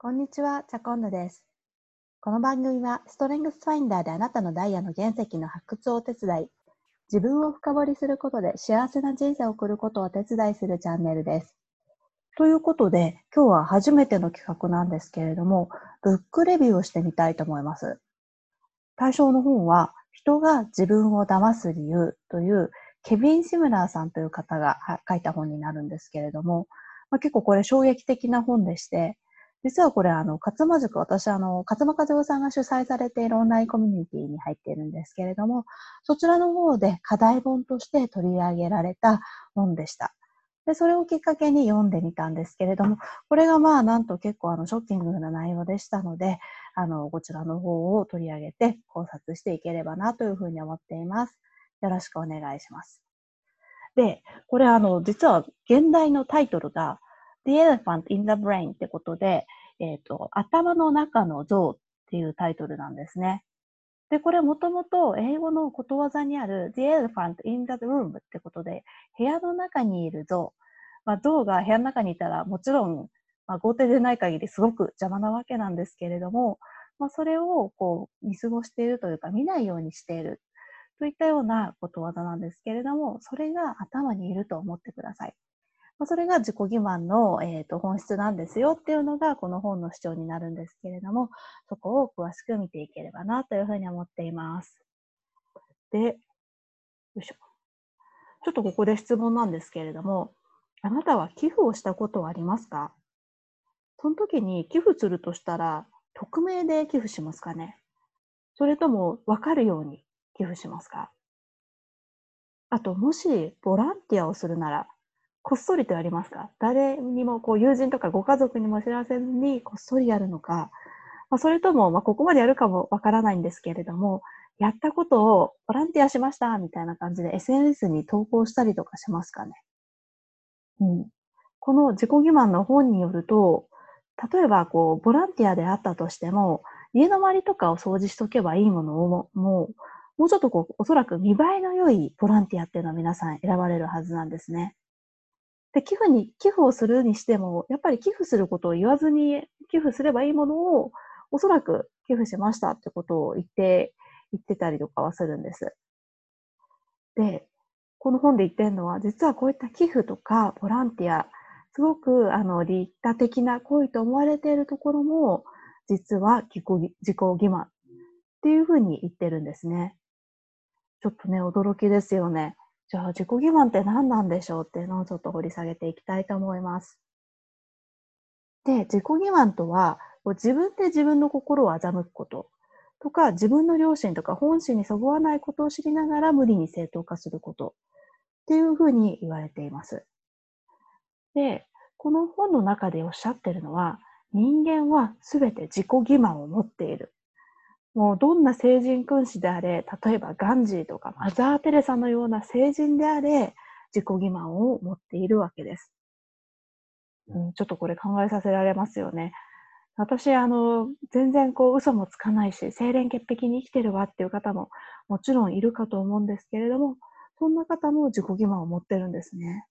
こんにちは、チャコンヌです。この番組はストレングスファインダーであなたのダイヤの原石の発掘をお手伝い、自分を深掘りすることで幸せな人生を送ることをお手伝いするチャンネルです。ということで、今日は初めての企画なんですけれども、ブックレビューをしてみたいと思います。対象の本は、人が自分を騙す理由というケビン・シムラーさんという方が書いた本になるんですけれども、結構これ衝撃的な本でして、実はこれ勝間塾、私勝間和代さんが主催されているオンラインコミュニティに入っているんですけれども、そちらの方で課題本として取り上げられた本でした。で、それをきっかけに読んでみたんですけれども、これがなんと結構ショッキングな内容でしたので、こちらの方を取り上げて考察していければなというふうに思っています。よろしくお願いします。で、これ実は現代のタイトルが The Elephant in the Brain ってことで、頭の中の象っていうタイトルなんですね。で、これもともと英語のことわざにある The Elephant in the Room ってことで、部屋の中にいる象。象が部屋の中にいたらもちろん、豪邸でない限りすごく邪魔なわけなんですけれども、それを見過ごしているというか見ないようにしているといったようなことわざなんですけれども、それが頭にいると思ってください。それが自己欺瞞の、本質なんですよっていうのがこの本の主張になるんですけれども、そこを詳しく見ていければなというふうに思っています。で、よいしょ。ちょっとここで質問なんですけれども、あなたは寄付をしたことはありますか？その時に寄付するとしたら、匿名で寄付しますかね？それとも分かるように寄付しますか？あと、もしボランティアをするなら、こっそりとやりますか？誰にも友人とかご家族にも知らせずにこっそりやるのか、それともここまでやるかもわからないんですけれども、やったことをボランティアしましたみたいな感じで SNS に投稿したりとかしますかね？うん。この自己欺瞞の本によると、例えばボランティアであったとしても、家の周りとかを掃除しとけばいいものをもうちょっとおそらく見栄えの良いボランティアっていうのは皆さん選ばれるはずなんですね。で、寄付をするにしても、やっぱり寄付することを言わずに寄付すればいいものを、おそらく寄付しましたってことを言ってたりとかはするんです。で、この本で言ってるのは、実はこういった寄付とかボランティア、すごく利他的な行為と思われているところも、実は自己欺瞞っていうふうに言ってるんですね。ちょっとね、驚きですよね。じゃあ自己欺瞞って何なんでしょうっていうのをちょっと掘り下げていきたいと思います。で、自己欺瞞とは、自分で自分の心を欺くこととか、自分の良心とか本心にそぐわないことを知りながら無理に正当化することっていうふうに言われています。で、この本の中でおっしゃってるのは、人間はすべて自己欺瞞を持っている。もうどんな聖人君子であれ、例えばガンジーとかマザー・テレサのような聖人であれ、自己欺瞞を持っているわけです。ちょっとこれ考えさせられますよね。私、全然嘘もつかないし、清廉潔癖に生きてるわっていう方ももちろんいるかと思うんですけれども、そんな方も自己欺瞞を持ってるんですね。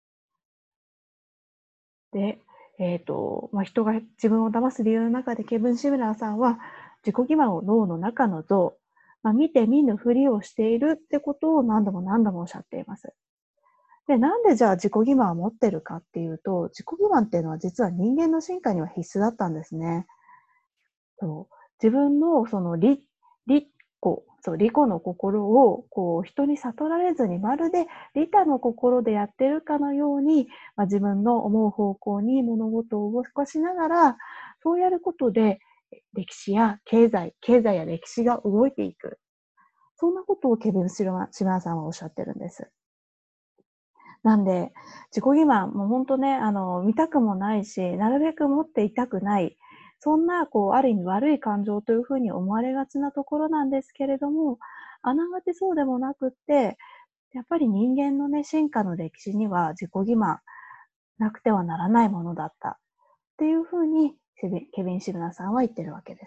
で、人が自分を騙す理由の中でケビン・シムラーさんは、自己欺瞞を脳の中の像、見て見ぬふりをしているってことを何度も何度もおっしゃっています。で、なんでじゃあ自己欺瞞を持ってるかっていうと、自己欺瞞っていうのは実は人間の進化には必須だったんですね。そう。自分のその利己の心を人に悟られずにまるで利他の心でやってるかのように、自分の思う方向に物事を動かしながら、そうやることで歴史や経済や歴史が動いていく。そんなことをケビン・シマーさんはおっしゃってるんです。なんで、自己欺瞞、もう本当ね、見たくもないし、なるべく持っていたくない、そんな、ある意味悪い感情というふうに思われがちなところなんですけれども、あながちそうでもなくって、やっぱり人間のね、進化の歴史には自己欺瞞、なくてはならないものだったっていうふうに、ケビン・シルナさんは言ってるわけです。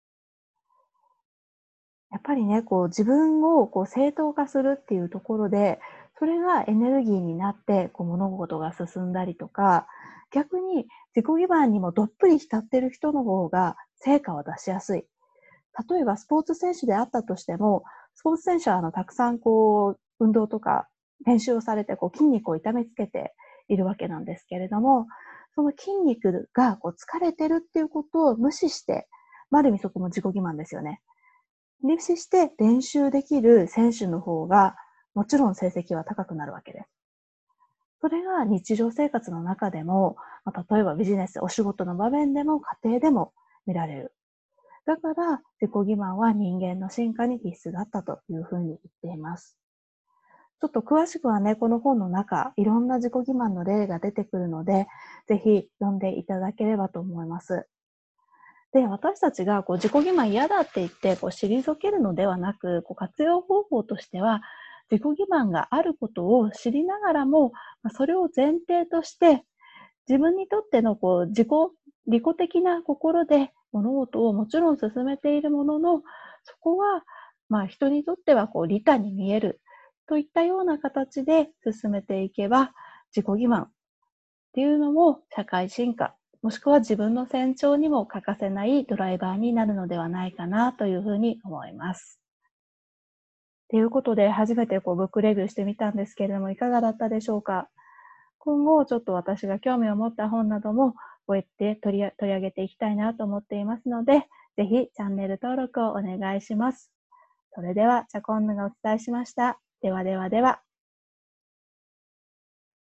やっぱりね、自分を正当化するっていうところで、それがエネルギーになって、物事が進んだりとか、逆に自己欺瞞にもどっぷり浸っている人の方が成果を出しやすい。例えばスポーツ選手であったとしても、スポーツ選手はたくさん運動とか練習をされて筋肉を痛めつけているわけなんですけれども、その筋肉が疲れてるっていうことを無視して、ある意味そこも自己欺瞞ですよね。無視して練習できる選手の方が、もちろん成績は高くなるわけです。それが日常生活の中でも、例えばビジネス、お仕事の場面でも家庭でも見られる。だから自己欺瞞は人間の進化に必須だったというふうに言っています。ちょっと詳しくはね、この本の中、いろんな自己欺瞞の例が出てくるので、ぜひ読んでいただければと思います。で、私たちが自己欺瞞嫌だって言って退けるのではなく、活用方法としては、自己欺瞞があることを知りながらも、それを前提として、自分にとっての利己的な心で物事をもちろん進めているものの、そこは人にとっては利他に見えるといったような形で進めていけば、自己欺瞞っていうのも社会進化、もしくは自分の成長にも欠かせないドライバーになるのではないかなというふうに思います。ということで、初めてブックレビューしてみたんですけれども、いかがだったでしょうか。今後、ちょっと私が興味を持った本なども、こうやって取り上げていきたいなと思っていますので、ぜひチャンネル登録をお願いします。それでは、チャコンヌがお伝えしました。ではではでは。